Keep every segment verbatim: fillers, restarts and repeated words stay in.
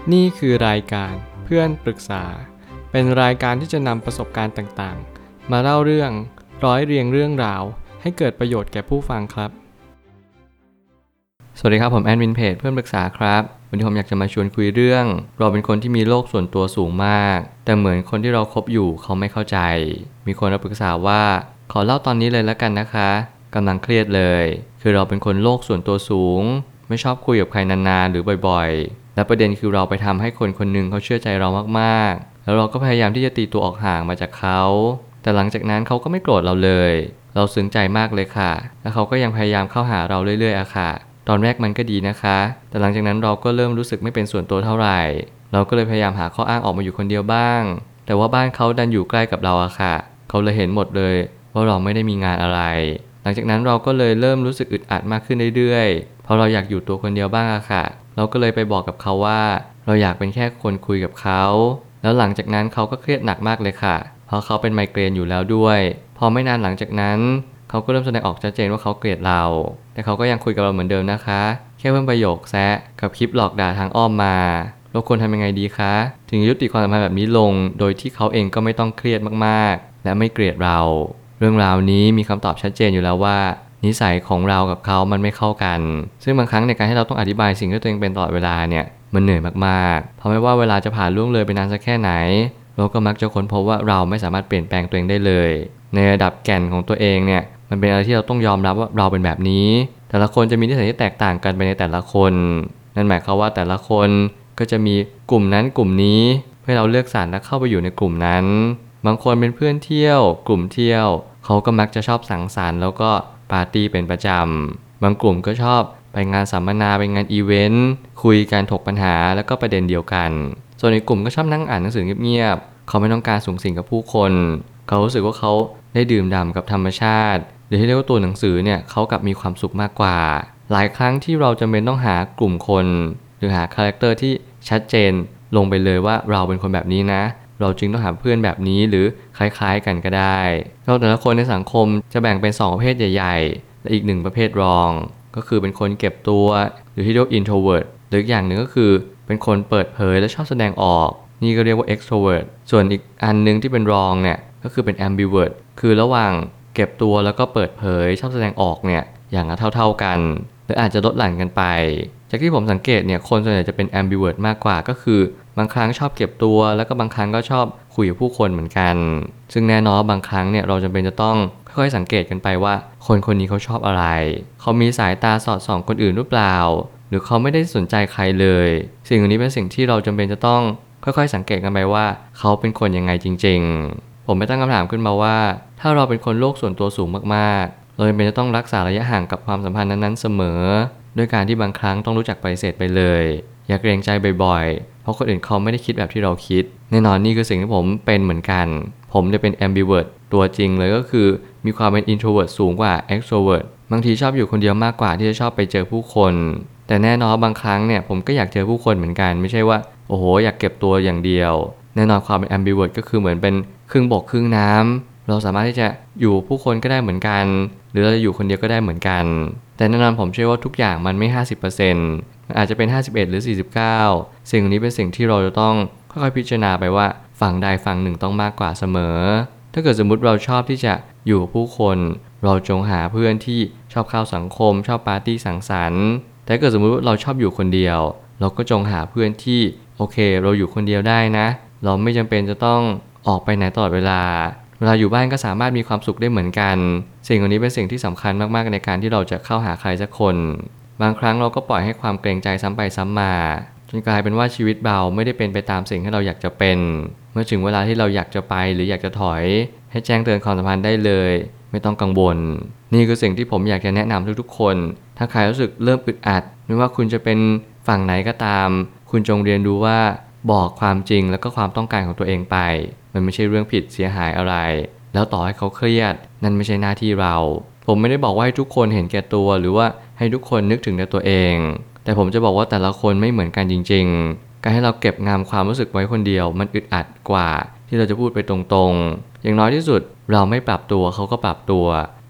นี่คือรายการเพื่อนปรึกษาเป็นรายการที่จะนำประสบการณ์ต่างๆมาเล่าเรื่องร้อยเรียงเรื่องราวให้เกิดประโยชน์แก่ผู้ฟังครับสวัสดีครับผมแอดมินเพจเพื่อนปรึกษาครับวันนี้ผมอยากจะมาชวนคุยเรื่องเราเป็นคนที่มีโลกส่วนตัวสูงมากแต่เหมือนคนที่เราคบอยู่เขาไม่เข้าใจมีคนมาปรึกษาว่าขอเล่าตอนนี้เลยแล้วกันนะคะกำลังเครียดเลยคือเราเป็นคนโลกส่วนตัวสูงไม่ชอบคุยกับใครนานๆหรือบ่อยๆและประเด็นคือเราไปทำให้คนคนหนึ่งเขาเชื่อใจเรามากๆแล้วเราก็พยายามที่จะตีตัวออกห่างมาจากเขาแต่หลังจากนั้นเขาก็ไม่โกรธเราเลยเราซึ้งใจมากเลยค่ะและเขาก็ยังพยายามเข้าหาเราเรื่อยๆอะค่ะตอนแรกมันก็ดีนะคะแต่หลังจากนั้นเราก็เริ่มรู้สึกไม่เป็นส่วนตัวเท่าไหร่เราก็เลยพยายามหาข้ออ้างออกมาอยู่คนเดียวบ้างแต่ว่าบ้านเขาดันอยู่ใกล้กับเราอะค่ะเขาเลยเห็นหมดเลยว่าเราไม่ได้มีงานอะไรหลังจากนั้นเราก็เลยเริ่มรู้สึกอึดอัดมากขึ้นเรื่อยๆเพราะเราอยากอยู่ตัวคนเดียวบ้างอะค่ะเราก็เลยไปบอกกับเขาว่าเราอยากเป็นแค่คนคุยกับเขาแล้วหลังจากนั้นเขาก็เครียดหนักมากเลยค่ะเพราะเขาเป็นไมเกรนอยู่แล้วด้วยพอไม่นานหลังจากนั้นเขาก็เริ่มแสดงออกชัดเจนว่าเขาเกลียดเราแต่เขาก็ยังคุยกับเราเหมือนเดิมนะคะแค่เพิ่มประโยคแซะกับคลิปหลอกด่าทางอ้อมมาเราควรทำยังไงดีคะถึงยุติความสัมพันธ์แบบนี้ลงโดยที่เขาเองก็ไม่ต้องเครียดมากๆและไม่เกลียดเราเรื่องราวนี้มีคำตอบชัดเจนอยู่แล้วว่านิสัยของเรากับเขามันไม่เข้ากันซึ่งบางครั้งในการให้เราต้องอธิบายสิ่งที่ตัวเองเป็นตลอดเวลาเนี่ยมันเหนื่อยมากๆเพราะไม่ว่าเวลาจะผ่านล่วงเลยไปนานสักแค่ไหนเราก็มักจะค้นพบว่าเราไม่สามารถเปลี่ยนแปลงตัวเองได้เลยในระดับแก่นของตัวเองเนี่ยมันเป็นอะไรที่เราต้องยอมรับว่าเราเป็นแบบนี้แต่ละคนจะมีนิสัยที่แตกต่างกันไปในแต่ละคนนั่นหมายความว่าแต่ละคนก็จะมีกลุ่มนั้นกลุ่มนี้เพื่อเราเลือกสรรและเข้าไปอยู่ในกลุ่มนั้นบางคนเป็นเพื่อนเที่ยวกลุ่มเที่ยวเขาก็มักจะชอบสังสรรค์แล้วก็ปาร์ตี้เป็นประจำบางกลุ่มก็ชอบไปงานสัมมนาไปงานอีเวนต์คุยกันถกปัญหาแล้วก็ประเด็นเดียวกันส่วนอีกกลุ่มก็ชอบนั่งอ่านหนังสือเงียบๆเขาไม่ต้องการสูงสิงกับผู้คนเขารู้สึกว่าเขาได้ดื่มด่ำกับธรรมชาติหรือที่เรียกว่าตัวหนังสือเนี่ยเขากลับมีความสุขมากกว่าหลายครั้งที่เราจำเป็นต้องหากลุ่มคนหรือหาคาแรคเตอร์ที่ชัดเจนลงไปเลยว่าเราเป็นคนแบบนี้นะเราจึงต้องหาเพื่อนแบบนี้หรือคล้ายๆกันก็ได้เราแต่ละคนในสังคมจะแบ่งเป็นสองประเภทใหญ่ๆและอีกหนึ่งประเภทรองก็คือเป็นคนเก็บตัวหรือที่เรียกว่า introvert หรืออีกอย่างหนึ่งก็คือเป็นคนเปิดเผยและชอบแสดงออกนี่ก็เรียกว่า extrovert ส่วนอีกอันนึงที่เป็นรองเนี่ยก็คือเป็น ambivert คือระหว่างเก็บตัวแล้วก็เปิดเผยชอบแสดงออกเนี่ยอย่างละเท่าๆกันหรืออาจจะลดหลั่นกันไปจากที่ผมสังเกตเนี่ยคนส่วนใหญ่จะเป็น ambivert มากกว่าก็คือบางครั้งชอบเก็บตัวแล้วก็บางครั้งก็ชอบคุยกับผู้คนเหมือนกันซึ่งแน่นอนบางครั้งเนี่ยเราจำเป็นจะต้องค่อยๆสังเกตกันไปว่าคนคนนี้เขาชอบอะไรเขามีสายตาสอดส่องคนอื่นหรือเปล่าหรือเขาไม่ได้สนใจใครเลยสิ่งนี้เป็นสิ่งที่เราจำเป็นจะต้องค่อยๆสังเกตกันไปว่าเขาเป็นคนยังไงจริงๆผมไม่ตั้งคำถามขึ้นมาว่าถ้าเราเป็นคนโลกส่วนตัวสูงมากๆเราจำเป็นจะต้องรักษาระยะห่างกับความสัมพันธ์นั้นๆเสมอด้วยการที่บางครั้งต้องรู้จักปฏิเสธไปเลยอย่าเกรงใจบ่อยๆเพราะคนอื่นเขาไม่ได้คิดแบบที่เราคิดแน่นอนนี่คือสิ่งที่ผมเป็นเหมือนกันผมจะเป็น ambivert ตัวจริงเลยก็คือมีความเป็น introvert สูงกว่า extrovert บางทีชอบอยู่คนเดียวมากกว่าที่จะชอบไปเจอผู้คนแต่แน่นอนบางครั้งเนี่ยผมก็อยากเจอผู้คนเหมือนกันไม่ใช่ว่าโอ้โหอยากเก็บตัวอย่างเดียวแน่นอนความเป็น ambivert ก็คือเหมือนเป็นครึ่งบกครึ่งน้ำเราสามารถที่จะอยู่ผู้คนก็ได้เหมือนกันหรือเราจะอยู่คนเดียวก็ได้เหมือนกันแต่แน่นอนผมเชื่อว่าทุกอย่างมันไม่ ห้าสิบเปอร์เซ็นต์ มันอาจจะเป็นห้าสิบเอ็ดหรือสี่สิบเก้าสิ่งนี้เป็นสิ่งที่เราจะต้องค่อยๆพิจารณาไปว่าฝั่งใดฝั่งหนึ่งต้องมากกว่าเสมอถ้าเกิดสมมุติเราชอบที่จะอยู่กับผู้คนเราจงหาเพื่อนที่ชอบเข้าสังคมชอบปาร์ตี้สังสรรค์แต่ถ้าเกิดสมมุติว่าเราชอบอยู่คนเดียวเราก็จงหาเพื่อนที่โอเคเราอยู่คนเดียวได้นะเราไม่จำเป็นจะต้องออกไปไหนตลอดเวลาเวลาอยู่บ้านก็สามารถมีความสุขได้เหมือนกันสิ่งเหล่านี้เป็นสิ่งที่สำคัญมากๆในการที่เราจะเข้าหาใครสักคนบางครั้งเราก็ปล่อยให้ความเกรงใจซ้ำไปซ้ำมาจนกลายเป็นว่าชีวิตเราไม่ได้เป็นไปตามสิ่งที่เราอยากจะเป็นเมื่อถึงเวลาที่เราอยากจะไปหรืออยากจะถอยให้แจ้งเตือนความสัมพันธ์ได้เลยไม่ต้องกังวลนี่คือสิ่งที่ผมอยากจะแนะนำทุกๆคนถ้าใครรู้สึกเริ่มอึดอัดไม่ว่าคุณจะเป็นฝั่งไหนก็ตามคุณจงเรียนรู้ว่าบอกความจริงแล้วก็ความต้องการของตัวเองไปมันไม่ใช่เรื่องผิดเสียหายอะไรแล้วต่อให้เขาเครียดนั่นไม่ใช่หน้าที่เราผมไม่ได้บอกว่าให้ทุกคนเห็นแก่ตัวหรือว่าให้ทุกคนนึกถึงแต่ตัวเองแต่ผมจะบอกว่าแต่ละคนไม่เหมือนกันจริงๆการให้เราเก็บงำความรู้สึกไว้คนเดียวมันอึดอัดกว่าที่เราจะพูดไปตรงๆอย่างน้อยที่สุดเราไม่ปรับตัวเขาก็ปรับตัว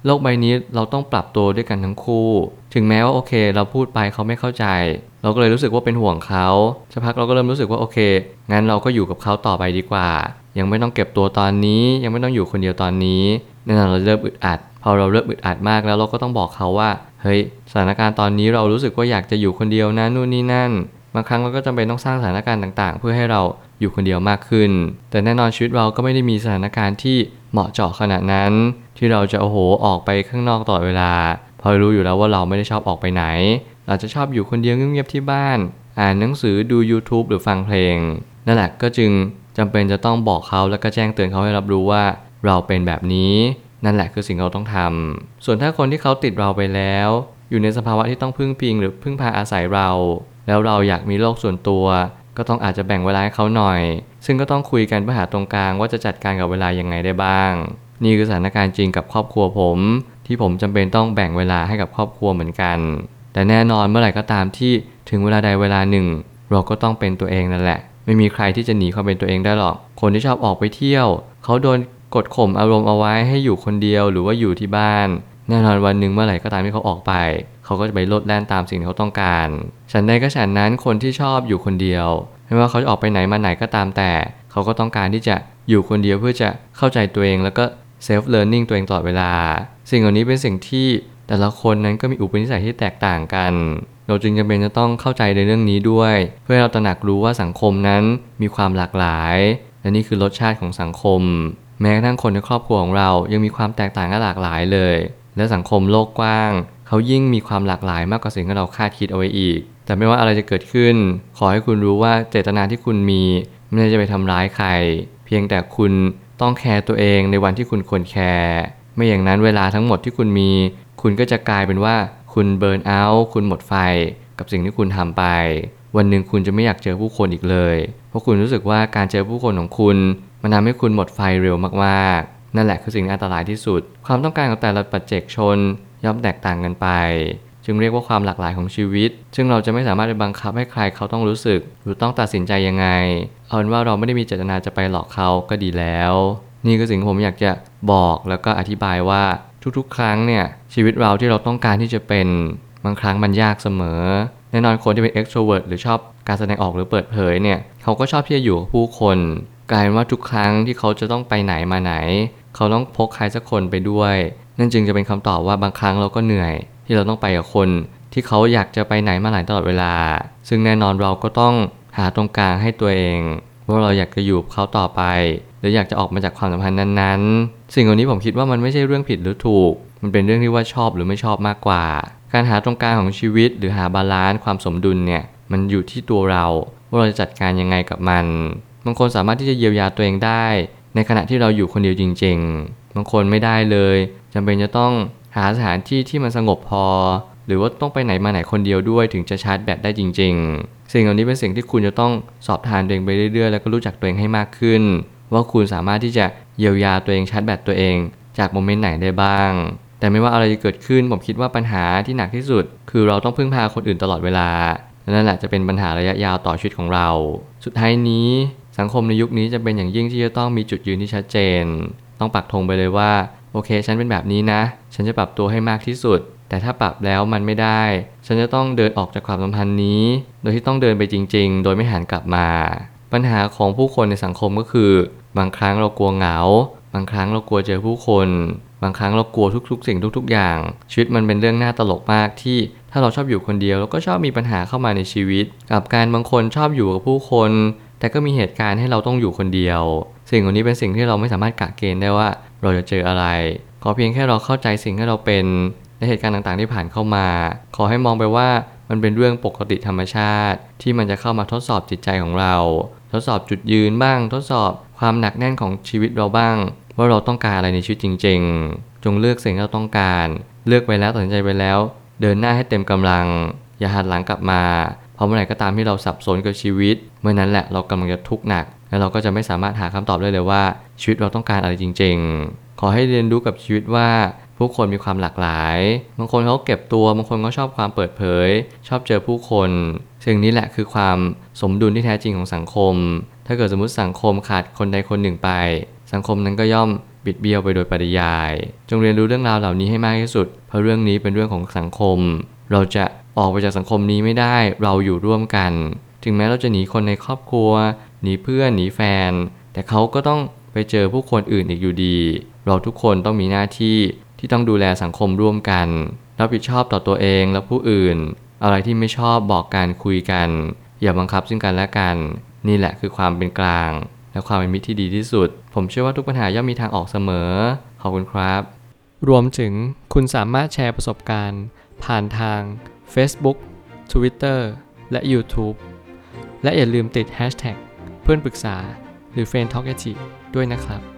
โลกใบนี้เราต้องปรับตัวด้วยกันทั้งคู่ถึงแม้ว่าโอเคเราพูดไปเขาไม่เข้าใจเราก็เลยรู้สึกว่าเป็นห่วงเขาสักพักเราก็เริ่มรู้สึกว่าโอเคงั้นเราก็อยู่กับเขาต่อไปดีกว่ายังไม่ต้องเก็บตัวตอนนี้ยังไม่ต้องอยู่คนเดียวตอนนี้แน่นอนเราเริ่มอึดอัดพอเราเริ่มอึดอัดมากแล้วเราก็ต้องบอกเขาว่าเฮ้ยสถานการณ์ตอนนี้เรารู้สึกว่าอยากจะอยู่คนเดียวนะนู่นนี่นั่นบางครั้งเราก็จำเป็นต้องสร้างสถานการณ์ต่างๆเพื่อให้เราอยู่คนเดียวมากขึ้นแต่แน่นอนชีวิตเราก็ไม่ได้มีสถานการณ์ที่เหมาะเจาะขนาดนั้นที่เราจะโอ้โหออกไปข้างนอกตลอดเวลาพอรู้อยู่แล้วว่าเราไม่ได้ชอบออกไปไหนเราจะชอบอยู่คนเดียวเงียบๆที่บ้านอ่านหนังสือดู YouTube หรือฟังเพลงนั่นแหละก็จึงจำเป็นจะต้องบอกเขาแล้วก็แจ้งเตือนเขาให้รับรู้ว่าเราเป็นแบบนี้นั่นแหละคือสิ่งเราต้องทำส่วนถ้าคนที่เขาติดเราไปแล้วอยู่ในสภาวะที่ต้องพึ่งพิงหรือพึ่งพาอาศัยเราแล้วเราอยากมีโลกส่วนตัวก็ต้องอาจจะแบ่งเวลาให้เขาหน่อยซึ่งก็ต้องคุยกันเพื่อหาตรงกลางว่าจะจัดการกับเวลายังไงได้บ้างนี่คือสถานการณ์จริงกับครอบครัวผมที่ผมจำเป็นต้องแบ่งเวลาให้กับครอบครัวเหมือนกันแต่แน่นอนเมื่อไหร่ก็ตามที่ถึงเวลาใดเวลาหนึ่งเราก็ต้องเป็นตัวเองนั่นแหละไม่มีใครที่จะหนีความเป็นตัวเองได้หรอกคนที่ชอบออกไปเที่ยวเขาโดนกดข่มอารมณ์เอาไว้ให้อยู่คนเดียวหรือว่าอยู่ที่บ้านแน่นอนวันหนึ่งเมื่อไหร่ก็ตามที่เขาออกไปเขาก็จะไปโลดแล่นตามสิ่งที่เขาต้องการฉันใดก็ฉันนั้นคนที่ชอบอยู่คนเดียวไม่ว่าเขาจะออกไปไหนมาไหนก็ตามแต่เขาก็ต้องการที่จะอยู่คนเดียวเพื่อจะเข้าใจตัวเองแล้วก็เซลฟ์เลิร์นนิ่งตัวเองตลอดเวลาสิ่งเหล่านี้เป็นสิ่งที่แต่ละคนนั้นก็มีอุปนิสัยที่แตกต่างกันเราจึงจำเป็นจะต้องเข้าใจในเรื่องนี้ด้วยเพื่อให้เราตระหนักรู้ว่าสังคมนั้นมีความหลากหลายและนี่คือรสชาติของสังคมแม้กระทั่งคนในครอบครัวของเรายังมีความแตกต่างและหลากหลายเลยและสังคมโลกกว้างเขายิ่งมีความหลากหลายมากกว่าสิ่งที่เราคาดคิดเอาไว้อีกแต่ไม่ว่าอะไรจะเกิดขึ้นขอให้คุณรู้ว่าเจตนาที่คุณมีไม่ได้จะไปทำร้ายใครเพียงแต่คุณต้องแคร์ตัวเองในวันที่คุณควรแคร์ไม่อย่างนั้นเวลาทั้งหมดที่คุณมีคุณก็จะกลายเป็นว่าคุณเบิร์นเอาท์คุณหมดไฟกับสิ่งที่คุณทำไปวันหนึ่งคุณจะไม่อยากเจอผู้คนอีกเลยเพราะคุณรู้สึกว่าการเจอผู้คนของคุณมันทำให้คุณหมดไฟเร็วมากๆนั่นแหละคือสิ่งที่อันตรายที่สุดความต้องการของแต่ละปัจเจกชนย่อมแตกต่างกันไปจึงเรียกว่าความหลากหลายของชีวิตซึ่งเราจะไม่สามารถไปบังคับให้ใครเขาต้องรู้สึกหรือต้องตัดสินใจยังไงเอาเป็นว่าเราไม่ได้มีเจตนาจะไปหลอกเขาก็ดีแล้วนี่คือสิ่งที่ผมอยากจะบอกแล้วก็อธิบายว่าทุกๆครั้งเนี่ยชีวิตเราที่เราต้องการที่จะเป็นบางครั้งมันยากเสมอแน่นอนคนที่เป็น extrovert หรือชอบการแสดงออกหรือเปิดเผยเนี่ยเขาก็ชอบที่จะอยู่กับผู้คนกลายเป็นว่าทุกครั้งที่เขาจะต้องไปไหนมาไหนเขาต้องพกใครสักคนไปด้วยนั่นจึงจะเป็นคำตอบว่าบางครั้งเราก็เหนื่อยที่เราต้องไปกับคนที่เขาอยากจะไปไหนมาไหนตลอดเวลาซึ่งแน่นอนเราก็ต้องหาตรงกลางให้ตัวเองว่าเราอยากจะอยู่กับเขาต่อไปหรืออยากจะออกมาจากความสัมพันธ์นั้นๆสิ่งเหล่านี้ผมคิดว่ามันไม่ใช่เรื่องผิดหรือถูกมันเป็นเรื่องที่ว่าชอบหรือไม่ชอบมากกว่าการหาตรงกลางของชีวิตหรือหาบาลานซ์ความสมดุลเนี่ยมันอยู่ที่ตัวเราว่าเราจะจัดการยังไงกับมันบางคนสามารถที่จะเยียวยาตัวเองได้ในขณะที่เราอยู่คนเดียวจริงๆบางคนไม่ได้เลยจำเป็นจะต้องหาสถานที่ที่มันสงบพอหรือว่าต้องไปไหนมาไหนคนเดียวด้วยถึงจะชาร์จแบตได้จริงๆสิ่งเหล่านี้เป็นสิ่งที่คุณจะต้องสอบทานตัวเองไปเรื่อยๆแล้วก็รู้จักตัวเองให้มากขึ้นว่าคุณสามารถที่จะเยียวยาตัวเองชาร์จแบตตัวเองจากโมเมนต์ไหนได้บ้างแต่ไม่ว่าอะไรจะเกิดขึ้นผมคิดว่าปัญหาที่หนักที่สุดคือเราต้องพึ่งพาคนอื่นตลอดเวลาและนั่นแหละจะเป็นปัญหาระยะยาวต่อชีวิตของเราสุดท้ายนี้สังคมในยุคนี้จะเป็นอย่างยิ่งที่จะต้องมีจุดยืนที่ชัดเจนต้องปักธงไปเลยว่าโอเคฉันเป็นแบบนี้นะฉันจะปรับตัวให้มากที่สุดแต่ถ้าปรับแล้วมันไม่ได้ฉันจะต้องเดินออกจากความสัมพันธ์นี้โดยที่ต้องเดินไปจริงๆโดยไม่หันกลับมาปัญหาของผู้คนในสังคมก็คือบางครั้งเรากลัวเหงาบางครั้งเรากลัวเจอผู้คนบางครั้งเรากลัวทุกๆสิ่งทุกๆอย่างชีวิตมันเป็นเรื่องน่าตลกมากที่ถ้าเราชอบอยู่คนเดียวเราก็ชอบมีปัญหาเข้ามาในชีวิตกับการบางคนชอบอยู่กับผู้คนแต่ก็มีเหตุการณ์ให้เราต้องอยู่คนเดียวสิ่งเหล่านี้เป็นสิ่งที่เราไม่สามารถกะเกณฑ์ได้ว่าเราจะเจออะไรขอเพียงแค่เราเข้าใจสิ่งที่เราเป็นในเหตุการณ์ต่างๆที่ผ่านเข้ามาขอให้มองไปว่ามันเป็นเรื่องปกติธรรมชาติที่มันจะเข้ามาทดสอบจิตใจของเราทดสอบจุดยืนบ้างทดสอบความหนักแน่นของชีวิตเราบ้างว่าเราต้องการอะไรในชีวิตจริงๆจงเลือกสิ่งที่เราต้องการเลือกไปแล้วตัดสินใจไปแล้วเดินหน้าให้เต็มกำลังอย่าหันหลังกลับมาเพราะเมื่อไหร่ก็ตามที่เราสับสนกับชีวิตเมื่อนั้นแหละเรากำลังจะทุกข์หนักและเราก็จะไม่สามารถหาคำตอบได้เลยว่าชีวิตเราต้องการอะไรจริงๆขอให้เรียนรู้กับชีวิตว่าผู้คนมีความหลากหลายบางคนเขาเก็บตัวบางคนก็ชอบความเปิดเผยชอบเจอผู้คนสิ่งนี้แหละคือความสมดุลที่แท้จริงของสังคมถ้าเกิดสมมติสังคมขาดคนใดคนหนึ่งไปสังคมนั้นก็ย่อมบิดเบี้ยวไปโดยปริยายจงเรียนรู้เรื่องราวเหล่านี้ให้มากที่สุดเพราะเรื่องนี้เป็นเรื่องของสังคมเราจะออกไปจากสังคมนี้ไม่ได้เราอยู่ร่วมกันถึงแม้เราจะหนีคนในครอบครัวหนีเพื่อนหนีแฟนแต่เขาก็ต้องไปเจอผู้คนอื่นอีกอยู่ดีเราทุกคนต้องมีหน้าที่ที่ต้องดูแลสังคมร่วมกันรับผิดชอบต่อตัวเองและผู้อื่นอะไรที่ไม่ชอบบอกกันคุยกันอย่าบังคับซึ่งกันและกันนี่แหละคือความเป็นกลางและความเป็นมิตรที่ดีที่สุดผมเชื่อว่าทุกปัญหาย่อมมีทางออกเสมอขอบคุณครับรวมถึงคุณสามารถแชร์ประสบการณ์ผ่านทาง Facebook Twitter และ YouTube และอย่าลืมติด แฮชแท็ก เพื่อนปรึกษาหรือ เฟรนด์ ทอล์ก ด้วยนะครับ